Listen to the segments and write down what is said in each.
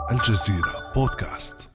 الجزيرة بودكاست.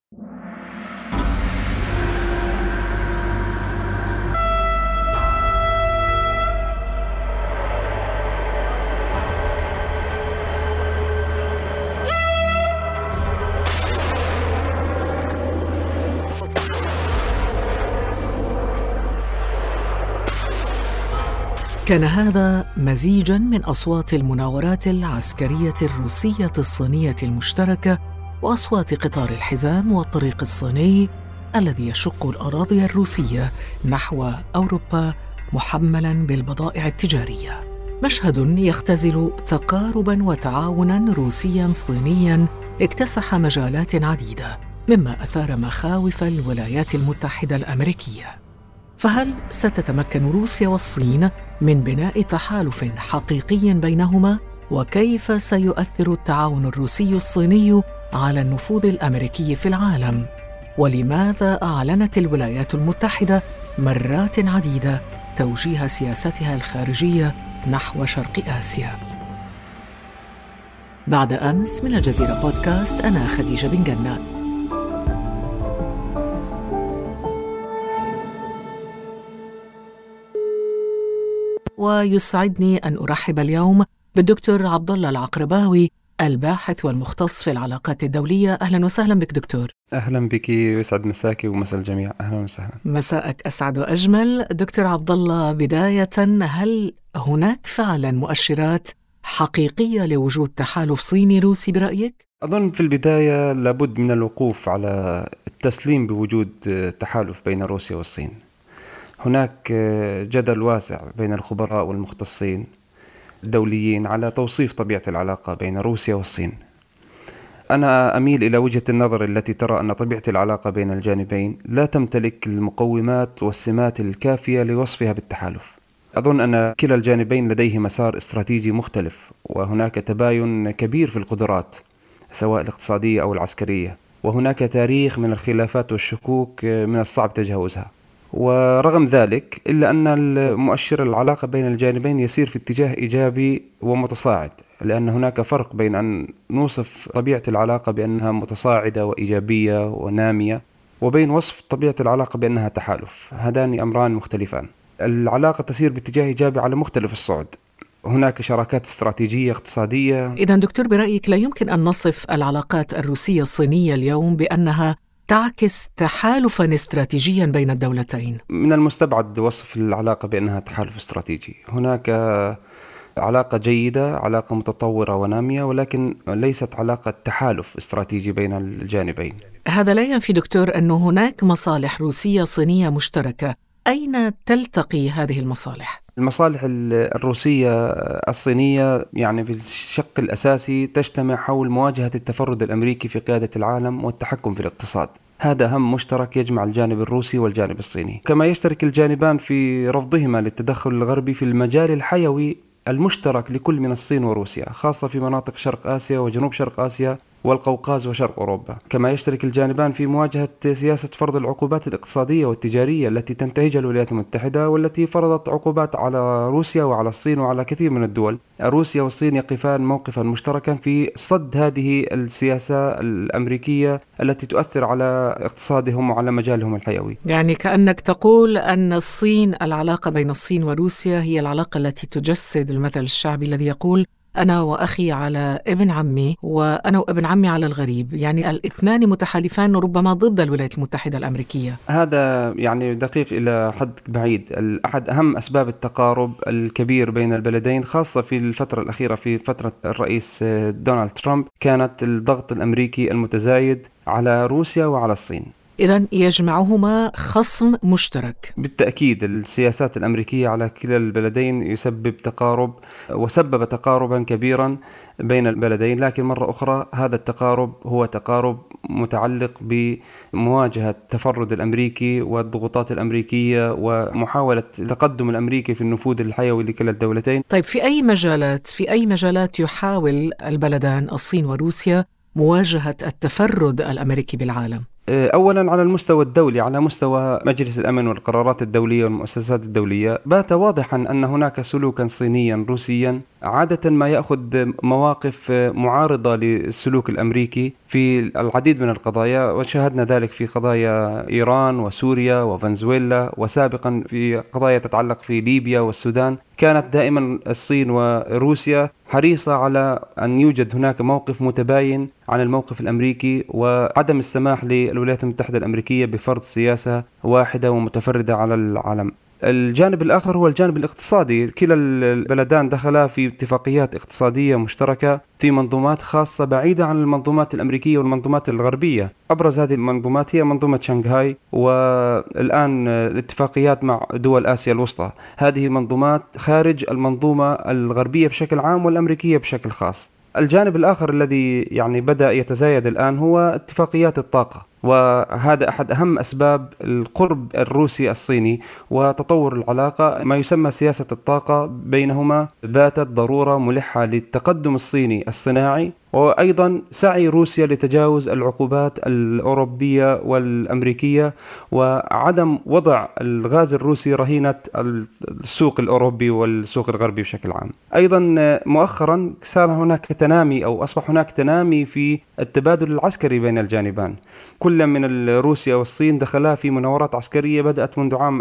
كان هذا مزيجاً من أصوات المناورات العسكرية الروسية الصينية المشتركة وأصوات قطار الحزام والطريق الصيني الذي يشق الأراضي الروسية نحو أوروبا محملاً بالبضائع التجارية. مشهد يختزل تقارباً وتعاوناً روسياً صينياً اكتسح مجالات عديدة، مما أثار مخاوف الولايات المتحدة الأمريكية. فهل ستتمكن روسيا والصين من بناء تحالف حقيقي بينهما؟ وكيف سيؤثر التعاون الروسي الصيني على النفوذ الأمريكي في العالم؟ ولماذا أعلنت الولايات المتحدة مرات عديدة توجيه سياستها الخارجية نحو شرق آسيا؟ بعد أمس من الجزيرة بودكاست، أنا خديجة بن جنة. ويسعدني أن أرحب اليوم بالدكتور عبدالله العقرباوي، الباحث والمختص في العلاقات الدولية. أهلا وسهلا بك دكتور. أهلا بك، يسعد مساك ومساء الجميع. أهلا وسهلا. مساءك أسعد وأجمل. دكتور عبدالله، بداية، هل هناك فعلا مؤشرات حقيقية لوجود تحالف صيني روسي برأيك؟ أظن في البداية لابد من الوقوف على التسليم بوجود تحالف بين روسيا والصين. هناك جدل واسع بين الخبراء والمختصين الدوليين على توصيف طبيعة العلاقة بين روسيا والصين. أنا أميل إلى وجهة النظر التي ترى أن طبيعة العلاقة بين الجانبين لا تمتلك المقومات والسمات الكافية لوصفها بالتحالف. أظن أن كلا الجانبين لديه مسار استراتيجي مختلف، وهناك تباين كبير في القدرات سواء الاقتصادية أو العسكرية، وهناك تاريخ من الخلافات والشكوك من الصعب تجاوزها. ورغم ذلك إلا أن المؤشر العلاقة بين الجانبين يسير في اتجاه إيجابي ومتصاعد، لأن هناك فرق بين أن نوصف طبيعة العلاقة بأنها متصاعدة وإيجابية ونامية، وبين وصف طبيعة العلاقة بأنها تحالف. هذان أمران مختلفان. العلاقة تسير باتجاه إيجابي على مختلف الصعد. هناك شراكات استراتيجية اقتصادية. إذن دكتور، برأيك لا يمكن أن نصف العلاقات الروسية الصينية اليوم بأنها تعكس تحالفاً استراتيجياً بين الدولتين؟ من المستبعد وصف العلاقة بأنها تحالف استراتيجي. هناك علاقة جيدة، علاقة متطورة ونامية، ولكن ليست علاقة تحالف استراتيجي بين الجانبين. هذا لا ينفي دكتور أن هناك مصالح روسية صينية مشتركة. أين تلتقي هذه المصالح؟ المصالح الروسية الصينية يعني في الشق الأساسي تجتمع حول مواجهة التفرد الأمريكي في قيادة العالم والتحكم في الاقتصاد. هذا هم مشترك يجمع الجانب الروسي والجانب الصيني، كما يشترك الجانبان في رفضهما للتدخل الغربي في المجال الحيوي المشترك لكل من الصين وروسيا، خاصة في مناطق شرق آسيا وجنوب شرق آسيا والقوقاز وشرق أوروبا. كما يشترك الجانبان في مواجهة سياسة فرض العقوبات الاقتصادية والتجارية التي تنتهجها الولايات المتحدة، والتي فرضت عقوبات على روسيا وعلى الصين وعلى كثير من الدول. روسيا والصين يقفان موقفا مشتركا في صد هذه السياسة الأمريكية التي تؤثر على اقتصادهم وعلى مجالهم الحيوي. يعني كأنك تقول أن العلاقة بين الصين وروسيا هي العلاقة التي تجسد المثل الشعبي الذي يقول أنا وأخي على ابن عمي وأنا وابن عمي على الغريب، يعني الاثنان متحالفان ربما ضد الولايات المتحدة الأمريكية. هذا يعني دقيق إلى حد بعيد. أحد أهم أسباب التقارب الكبير بين البلدين، خاصة في الفترة الأخيرة في فترة الرئيس دونالد ترامب، كانت الضغط الأمريكي المتزايد على روسيا وعلى الصين. إذن يجمعهما خصم مشترك. بالتأكيد السياسات الأمريكية على كلا البلدين يسبب تقارب، وسبب تقاربا كبيرا بين البلدين، لكن مرة أخرى هذا التقارب هو تقارب متعلق بمواجهة التفرد الأمريكي والضغوطات الأمريكية ومحاولة التقدم الأمريكي في النفوذ الحيوي لكلا الدولتين. طيب، في أي مجالات يحاول البلدان الصين وروسيا مواجهة التفرد الأمريكي بالعالم؟ أولا على المستوى الدولي، على مستوى مجلس الأمن والقرارات الدولية والمؤسسات الدولية، بات واضحا أن هناك سلوكا صينيا روسيا عادة ما يأخذ مواقف معارضة للسلوك الأمريكي في العديد من القضايا، وشاهدنا ذلك في قضايا إيران وسوريا وفنزويلا، وسابقا في قضايا تتعلق في ليبيا والسودان. كانت دائما الصين وروسيا حريصة على أن يوجد هناك موقف متباين عن الموقف الأمريكي، وعدم السماح للولايات المتحدة الأمريكية بفرض سياسة واحدة ومتفردة على العالم. الجانب الآخر هو الجانب الاقتصادي. كلا البلدان دخلا في اتفاقيات اقتصادية مشتركة في منظومات خاصة بعيدة عن المنظومات الأمريكية والمنظومات الغربية. أبرز هذه المنظومات هي منظومة شنغهاي، والآن الاتفاقيات مع دول آسيا الوسطى. هذه منظومات خارج المنظومة الغربية بشكل عام والأمريكية بشكل خاص. الجانب الآخر الذي بدأ يتزايد الآن هو اتفاقيات الطاقة، وهذا أحد أهم أسباب القرب الروسي الصيني وتطور العلاقة. ما يسمى سياسة الطاقة بينهما باتت ضرورة ملحة للتقدم الصيني الصناعي، وأيضا سعي روسيا لتجاوز العقوبات الأوروبية والأمريكية، وعدم وضع الغاز الروسي رهينة السوق الأوروبي والسوق الغربي بشكل عام. أيضا مؤخرا صار هناك تنامي أو أصبح هناك تنامي في التبادل العسكري بين الجانبان. كل من روسيا والصين دخلا في مناورات عسكرية بدأت منذ عام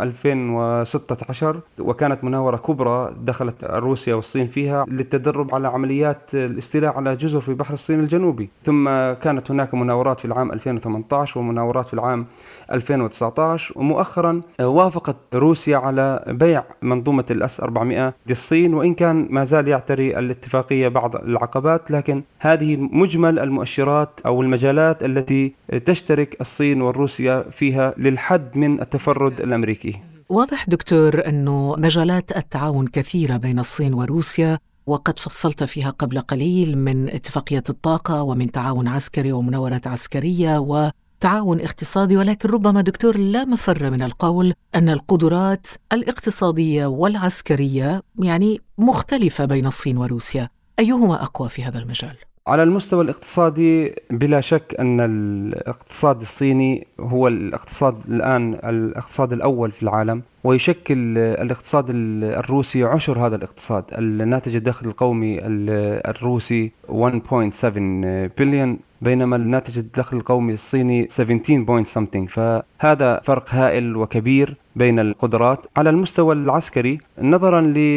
2016، وكانت مناورة كبرى دخلت روسيا والصين فيها للتدرب على عمليات الاستيلاء على جزر في بحر الصين الجنوبي. ثم كانت هناك مناورات في العام 2018 ومناورات في العام 2019، ومؤخرا وافقت روسيا على بيع منظومة الأس 400 للصين، وإن كان ما زال يعتري الاتفاقية بعض العقبات، لكن هذه مجمل المؤشرات أو المجالات التي تشترك الصين والروسيا فيها للحد من التفرد الأمريكي. واضح دكتور أنه مجالات التعاون كثيرة بين الصين وروسيا، وقد فصلت فيها قبل قليل من اتفاقية الطاقة ومن تعاون عسكري ومناورات عسكرية وتعاون اقتصادي. ولكن ربما دكتور لا مفر من القول أن القدرات الاقتصادية والعسكرية مختلفة بين الصين وروسيا. أيهما أقوى في هذا المجال؟ على المستوى الاقتصادي بلا شك أن الاقتصاد الصيني هو الاقتصاد الآن الاقتصاد الأول في العالم، ويشكل الاقتصاد الروسي عشر هذا الاقتصاد. الناتج الداخلي القومي الروسي 1.7 بليون، بينما الناتج الداخلي القومي الصيني 17 point something. فهذا فرق هائل وكبير بين القدرات. على المستوى العسكري، نظرا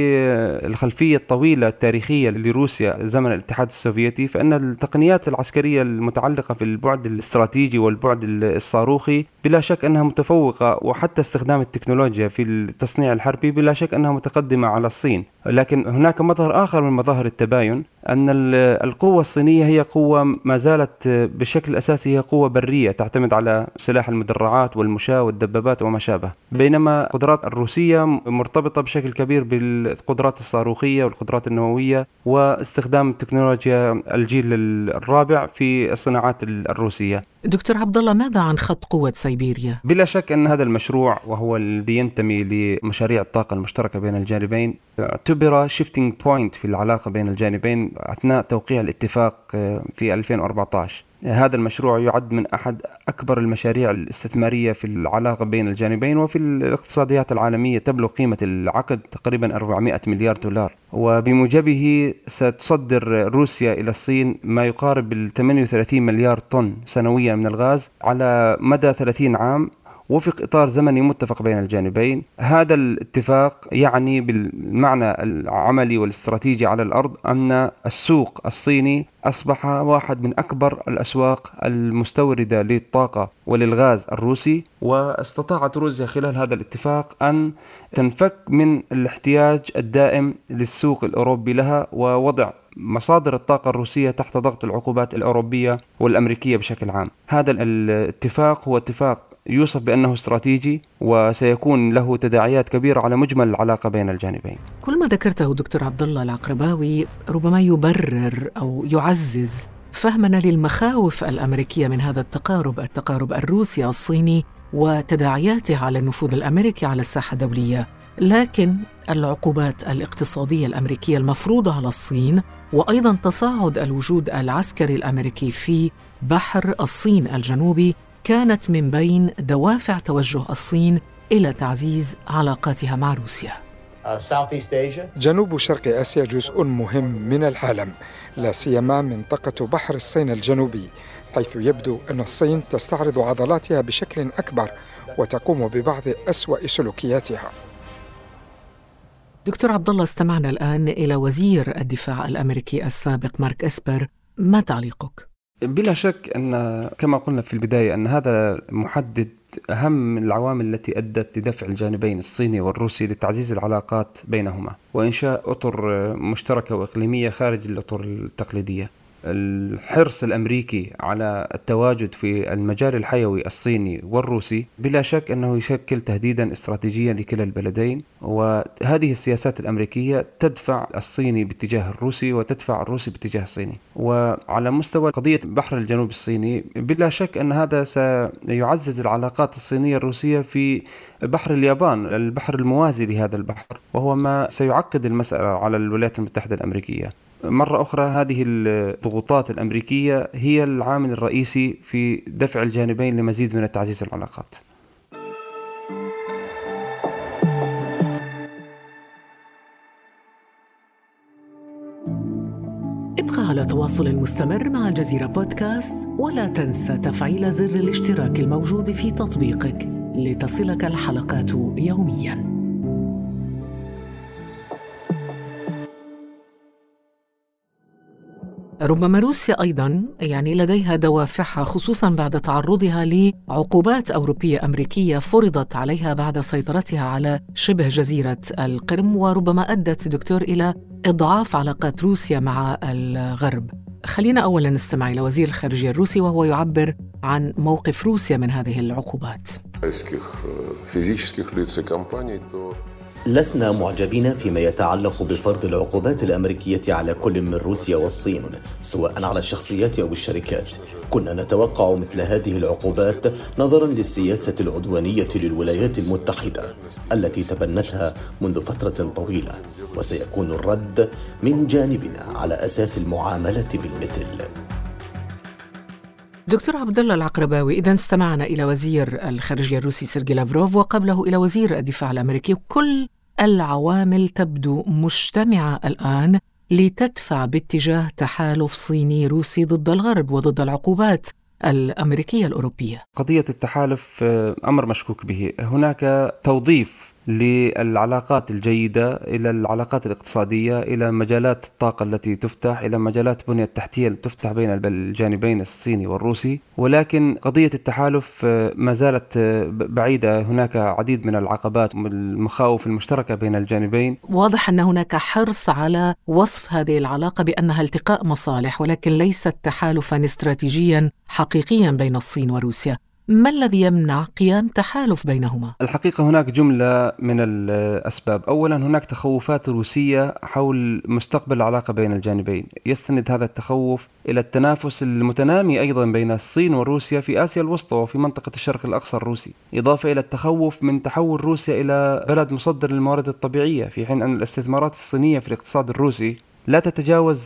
للخلفية الطويلة التاريخية لروسيا زمن الاتحاد السوفيتي، فإن التقنيات العسكرية المتعلقة في البعد الاستراتيجي والبعد الصاروخي بلا شك أنها متفوقة، وحتى استخدام التكنولوجيا في التصنيع الحربي بلا شك أنها متقدمة على الصين. لكن هناك مظهر آخر من مظاهر التباين، أن القوة الصينية هي قوة ما زالت بشكل أساسي هي قوة برية تعتمد على سلاح المدرعات والمشاة والدبابات وما شابه، بينما القدرات الروسية مرتبطة بشكل كبير بالقدرات الصاروخية والقدرات النووية واستخدام تكنولوجيا الجيل الرابع في الصناعات الروسية. دكتور عبد الله، ماذا عن خط قوة سيبيريا؟ بلا شك أن هذا المشروع، وهو الذي ينتمي لمشاريع الطاقة المشتركة بين الجانبين، اعتبر شيفتينج بوينت في العلاقة بين الجانبين أثناء توقيع الاتفاق في 2014. هذا المشروع يعد من أحد أكبر المشاريع الاستثمارية في العلاقة بين الجانبين، وفي الاقتصاديات العالمية تبلغ قيمة العقد تقريبا 400 مليار دولار، وبموجبه ستصدر روسيا إلى الصين ما يقارب 38 مليار طن سنويا من الغاز على مدى 30 عام وفق إطار زمني متفق بين الجانبين. هذا الاتفاق يعني بالمعنى العملي والاستراتيجي على الأرض أن السوق الصيني أصبح واحد من أكبر الأسواق المستوردة للطاقة وللغاز الروسي، واستطاعت روسيا خلال هذا الاتفاق أن تنفك من الاحتياج الدائم للسوق الأوروبي لها، ووضع مصادر الطاقة الروسية تحت ضغط العقوبات الأوروبية والأمريكية بشكل عام. هذا الاتفاق هو اتفاق يوصف بأنه استراتيجي، وسيكون له تداعيات كبيرة على مجمل العلاقة بين الجانبين. كل ما ذكرته دكتور عبد الله العقرباوي ربما يبرر أو يعزز فهمنا للمخاوف الأمريكية من هذا التقارب الروسي الصيني وتداعياته على النفوذ الأمريكي على الساحة الدولية. لكن العقوبات الاقتصادية الأمريكية المفروضة على الصين، وأيضا تصاعد الوجود العسكري الأمريكي في بحر الصين الجنوبي، كانت من بين دوافع توجه الصين إلى تعزيز علاقاتها مع روسيا. جنوب شرق آسيا جزء مهم من العالم، لا سيما منطقة بحر الصين الجنوبي، حيث يبدو أن الصين تستعرض عضلاتها بشكل أكبر وتقوم ببعض أسوأ سلوكياتها. دكتور عبد الله، استمعنا الآن إلى وزير الدفاع الأمريكي السابق مارك إسبر، ما تعليقك؟ بلا شك أن كما قلنا في البداية أن هذا محدد أهم العوامل التي أدت لدفع الجانبين الصيني والروسي لتعزيز العلاقات بينهما وإنشاء أطر مشتركة وإقليمية خارج الأطر التقليدية. الحرص الأمريكي على التواجد في المجال الحيوي الصيني والروسي بلا شك أنه يشكل تهديدا استراتيجيا لكلا البلدين، وهذه السياسات الأمريكية تدفع الصيني باتجاه الروسي وتدفع الروسي باتجاه الصيني. وعلى مستوى قضية بحر الجنوب الصيني بلا شك أن هذا سيعزز العلاقات الصينية الروسية في بحر اليابان، البحر الموازي لهذا البحر، وهو ما سيعقد المسألة على الولايات المتحدة الأمريكية. مرة أخرى هذه الضغوطات الأمريكية هي العامل الرئيسي في دفع الجانبين لمزيد من تعزيز العلاقات. ابقى على تواصل مستمر مع الجزيرة بودكاست، ولا تنسى تفعيل زر الاشتراك الموجود في تطبيقك لتصلك الحلقات يومياً. ربما روسيا أيضاً لديها دوافعها، خصوصاً بعد تعرضها لعقوبات أوروبية أمريكية فرضت عليها بعد سيطرتها على شبه جزيرة القرم، وربما أدت دكتور إلى إضعاف علاقات روسيا مع الغرب. خلينا أولاً نستمع إلى وزير الخارجية الروسي وهو يعبر عن موقف روسيا من هذه العقوبات. لسنا معجبين فيما يتعلق بفرض العقوبات الأمريكية على كل من روسيا والصين، سواء على الشخصيات أو الشركات. كنا نتوقع مثل هذه العقوبات نظراً للسياسة العدوانية للولايات المتحدة التي تبنتها منذ فترة طويلة، وسيكون الرد من جانبنا على أساس المعاملة بالمثل. دكتور عبد الله العقرباوي، إذا استمعنا إلى وزير الخارجية الروسي سيرجي لافروف وقبله إلى وزير الدفاع الأمريكي، كل العوامل تبدو مجتمعة الآن لتدفع باتجاه تحالف صيني روسي ضد الغرب وضد العقوبات الأمريكية الأوروبية. قضية التحالف أمر مشكوك به. هناك توظيف للعلاقات الجيدة إلى العلاقات الاقتصادية، إلى مجالات الطاقة التي تفتح، إلى مجالات بنية التحتية التي تفتح بين الجانبين الصيني والروسي، ولكن قضية التحالف ما زالت بعيدة. هناك عديد من العقبات والمخاوف المشتركة بين الجانبين. واضح أن هناك حرص على وصف هذه العلاقة بأنها التقاء مصالح ولكن ليست تحالفاً استراتيجياً حقيقياً بين الصين وروسيا. ما الذي يمنع قيام تحالف بينهما؟ الحقيقة هناك جملة من الأسباب. أولا هناك تخوفات روسية حول مستقبل العلاقة بين الجانبين، يستند هذا التخوف إلى التنافس المتنامي أيضا بين الصين وروسيا في آسيا الوسطى وفي منطقة الشرق الأقصى الروسي، إضافة إلى التخوف من تحول روسيا إلى بلد مصدر للموارد الطبيعية، في حين أن الاستثمارات الصينية في الاقتصاد الروسي لا تتجاوز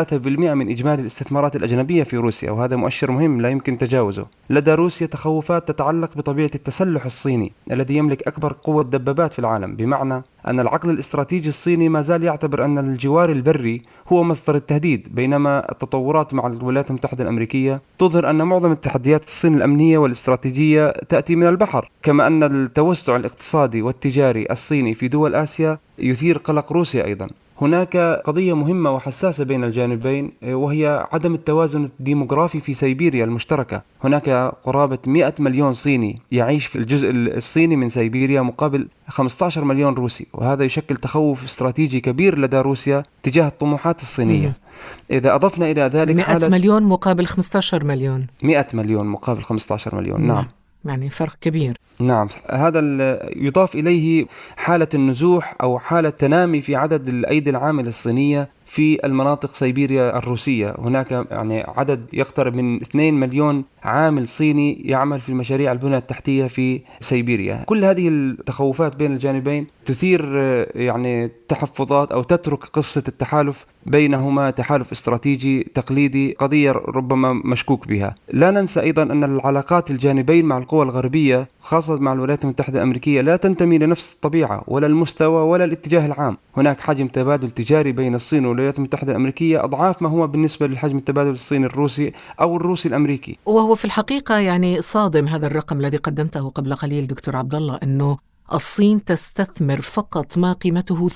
3% من إجمالي الاستثمارات الأجنبية في روسيا، وهذا مؤشر مهم لا يمكن تجاوزه. لدى روسيا تخوفات تتعلق بطبيعة التسلح الصيني الذي يملك أكبر قوة دبابات في العالم، بمعنى أن العقل الاستراتيجي الصيني ما زال يعتبر أن الجوار البري هو مصدر التهديد، بينما التطورات مع الولايات المتحدة الأمريكية تظهر أن معظم التحديات الصين الأمنية والاستراتيجية تأتي من البحر، كما أن التوسع الاقتصادي والتجاري الصيني في دول آسيا يثير قلق روسيا أيضا. هناك قضية مهمة وحساسة بين الجانبين وهي عدم التوازن الديموغرافي في سيبيريا المشتركة. هناك قرابة 100 مليون صيني يعيش في الجزء الصيني من سيبيريا مقابل 15 مليون روسي، وهذا يشكل تخوف استراتيجي كبير لدى روسيا تجاه الطموحات الصينية. إذا أضفنا إلى ذلك 100 مليون مقابل 15 مليون. 100 مليون مقابل 15 مليون. نعم. يعني فرق كبير. نعم، هذا يضاف إليه حالة النزوح أو حالة تنامي في عدد الأيدي العاملة الصينية في المناطق سيبيريا الروسية. هناك يعني عدد يقترب من 2 مليون عامل صيني يعمل في مشاريع البنية التحتية في سيبيريا. كل هذه التخوفات بين الجانبين تثير يعني تحفظات أو تترك قصة التحالف بينهما تحالف استراتيجي تقليدي، قضية ربما مشكوك بها. لا ننسى أيضا أن العلاقات الجانبين مع القوى الغربية خاصة مع الولايات المتحدة الأمريكية لا تنتمي لنفس الطبيعة ولا المستوى ولا الاتجاه العام. هناك حجم تبادل تجاري بين الصين والولايات المتحدة الأمريكية أضعاف ما هو بالنسبة للحجم التبادل الصيني الروسي أو الروسي الأمريكي. وهو في الحقيقة يعني صادم هذا الرقم الذي قدمته قبل قليل دكتور عبد الله، أنه الصين تستثمر فقط ما قيمته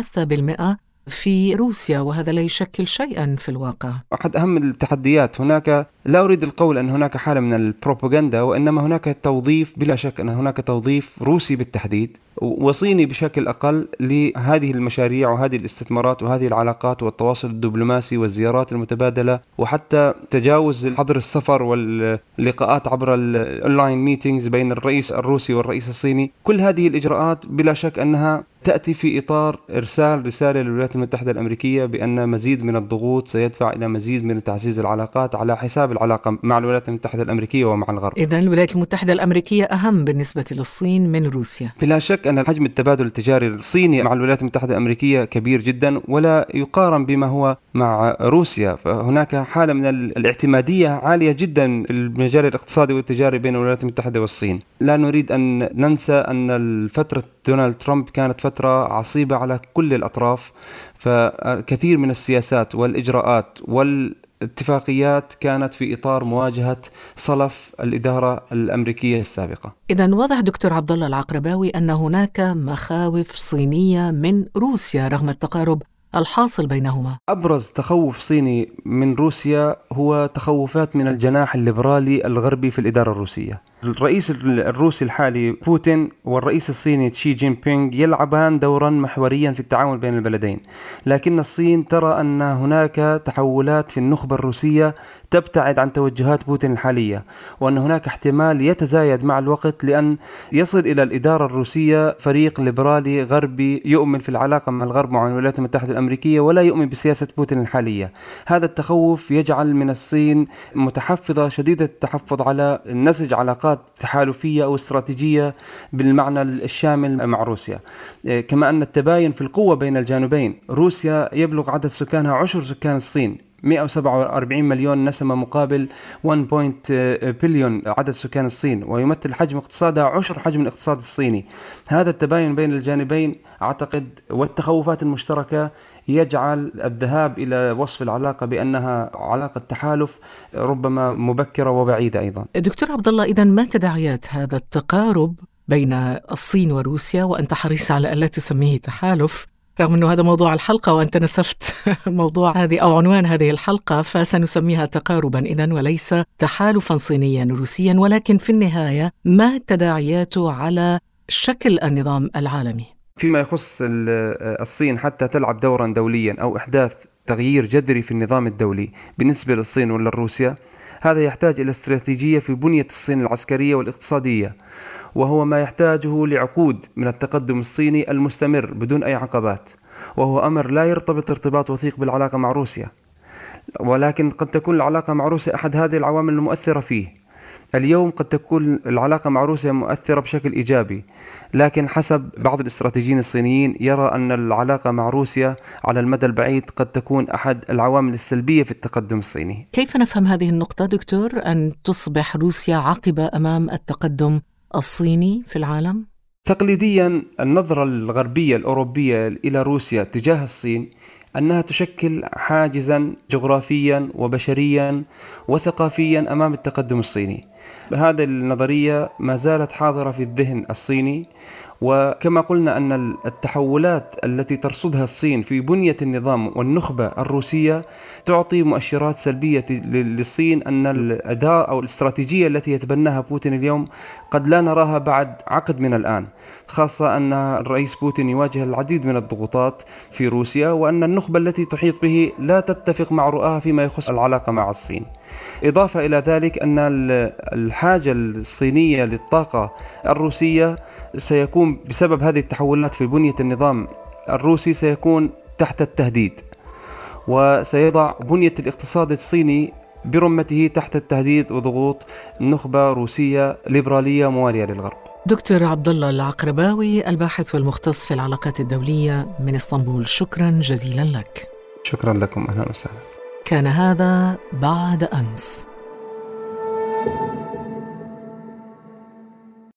3% في روسيا، وهذا لا يشكل شيئا في الواقع. أحد أهم التحديات هناك، لا أريد القول أن هناك حالة من البروباغندا، وإنما هناك توظيف، بلا شك أن هناك توظيف روسي بالتحديد وصيني بشكل أقل لهذه المشاريع وهذه الاستثمارات وهذه العلاقات والتواصل الدبلوماسي والزيارات المتبادلة، وحتى تجاوز حظر السفر واللقاءات عبر الأونلاين ميتينجز بين الرئيس الروسي والرئيس الصيني. كل هذه الإجراءات بلا شك أنها تأتي في إطار إرسال رسالة للولايات المتحدة الأمريكية بأن مزيد من الضغوط سيدفع إلى مزيد من تعزيز العلاقات على حساب العلاقة مع الولايات المتحدة الأمريكية ومع الغرب. إذن الولايات المتحدة الأمريكية أهم بالنسبة للصين من روسيا. بلا شك أن حجم التبادل التجاري الصيني مع الولايات المتحدة الأمريكية كبير جدا ولا يقارن بما هو مع روسيا. فهناك حالة من الاعتمادية عالية جدا في المجال الاقتصادي والتجاري بين الولايات المتحدة والصين. لا نريد أن ننسى أن فترة دونالد ترامب كانت فترة عصيبة على كل الأطراف، فكثير من السياسات والإجراءات والاتفاقيات كانت في إطار مواجهة صلف الإدارة الأمريكية السابقة. إذن واضح دكتور عبد الله العقرباوي أن هناك مخاوف صينية من روسيا رغم التقارب الحاصل بينهما. أبرز تخوف صيني من روسيا هو تخوفات من الجناح الليبرالي الغربي في الإدارة الروسية. الرئيس الروسي الحالي بوتين والرئيس الصيني شي جين بينغ يلعبان دورا محوريا في التعاون بين البلدين، لكن الصين ترى أن هناك تحولات في النخبة الروسية تبتعد عن توجهات بوتين الحالية، وأن هناك احتمال يتزايد مع الوقت لأن يصل إلى الإدارة الروسية فريق ليبرالي غربي يؤمن في العلاقة مع الغرب مع الولايات المتحدة الأمريكية ولا يؤمن بسياسة بوتين الحالية. هذا التخوف يجعل من الصين متحفظة شديدة التحفظ على النسج علاقات تحالفية أو استراتيجية بالمعنى الشامل مع روسيا، كما أن التباين في القوة بين الجانبين. روسيا يبلغ عدد سكانها عشر سكان الصين، 147 مليون نسمة مقابل 1 بليون عدد سكان الصين، ويمثل حجم اقتصادها عشر حجم الاقتصاد الصيني. هذا التباين بين الجانبين أعتقد والتخوفات المشتركة يجعل الذهاب إلى وصف العلاقة بأنها علاقة تحالف ربما مبكرة وبعيدة أيضا. دكتور عبد الله، إذن ما تداعيات هذا التقارب بين الصين وروسيا، وأنت حريص على ألا تسميه تحالف رغم أنه هذا موضوع الحلقة وأنت نسفت موضوع هذه أو عنوان هذه الحلقة، فسنسميها تقاربا إذن وليس تحالفا صينيا روسيا، ولكن في النهاية ما تداعياته على شكل النظام العالمي؟ فيما يخص الصين حتى تلعب دورا دوليا أو إحداث تغيير جذري في النظام الدولي بالنسبة للصين ولا روسيا، هذا يحتاج إلى استراتيجية في بنية الصين العسكرية والاقتصادية، وهو ما يحتاجه لعقود من التقدم الصيني المستمر بدون أي عقبات، وهو أمر لا يرتبط ارتباط وثيق بالعلاقة مع روسيا، ولكن قد تكون العلاقة مع روسيا أحد هذه العوامل المؤثرة فيه. اليوم قد تكون العلاقة مع روسيا مؤثرة بشكل إيجابي، لكن حسب بعض الاستراتيجيين الصينيين يرى أن العلاقة مع روسيا على المدى البعيد قد تكون أحد العوامل السلبية في التقدم الصيني. كيف نفهم هذه النقطة دكتور، أن تصبح روسيا عقبة أمام التقدم الصيني في العالم؟ تقليديا النظرة الغربية الأوروبية إلى روسيا تجاه الصين أنها تشكل حاجزا جغرافيا وبشريا وثقافيا أمام التقدم الصيني. هذه النظرية ما زالت حاضرة في الذهن الصيني، وكما قلنا أن التحولات التي ترصدها الصين في بنية النظام والنخبة الروسية تعطي مؤشرات سلبية للصين، أن الأداء أو الاستراتيجية التي يتبناها بوتين اليوم قد لا نراها بعد عقد من الآن، خاصة أن الرئيس بوتين يواجه العديد من الضغوطات في روسيا، وأن النخبة التي تحيط به لا تتفق مع رؤاها فيما يخص العلاقة مع الصين. إضافة إلى ذلك أن الحاجة الصينية للطاقة الروسية سيكون بسبب هذه التحولات في بنية النظام الروسي سيكون تحت التهديد، وسيضع بنية الاقتصاد الصيني برمته تحت التهديد وضغوط نخبة روسية ليبرالية موالية للغرب. دكتور عبد الله العقرباوي، الباحث والمختص في العلاقات الدولية من اسطنبول، شكرا جزيلا لك. شكرا لكم، أهلا وسهلا. كان هذا بعد أمس.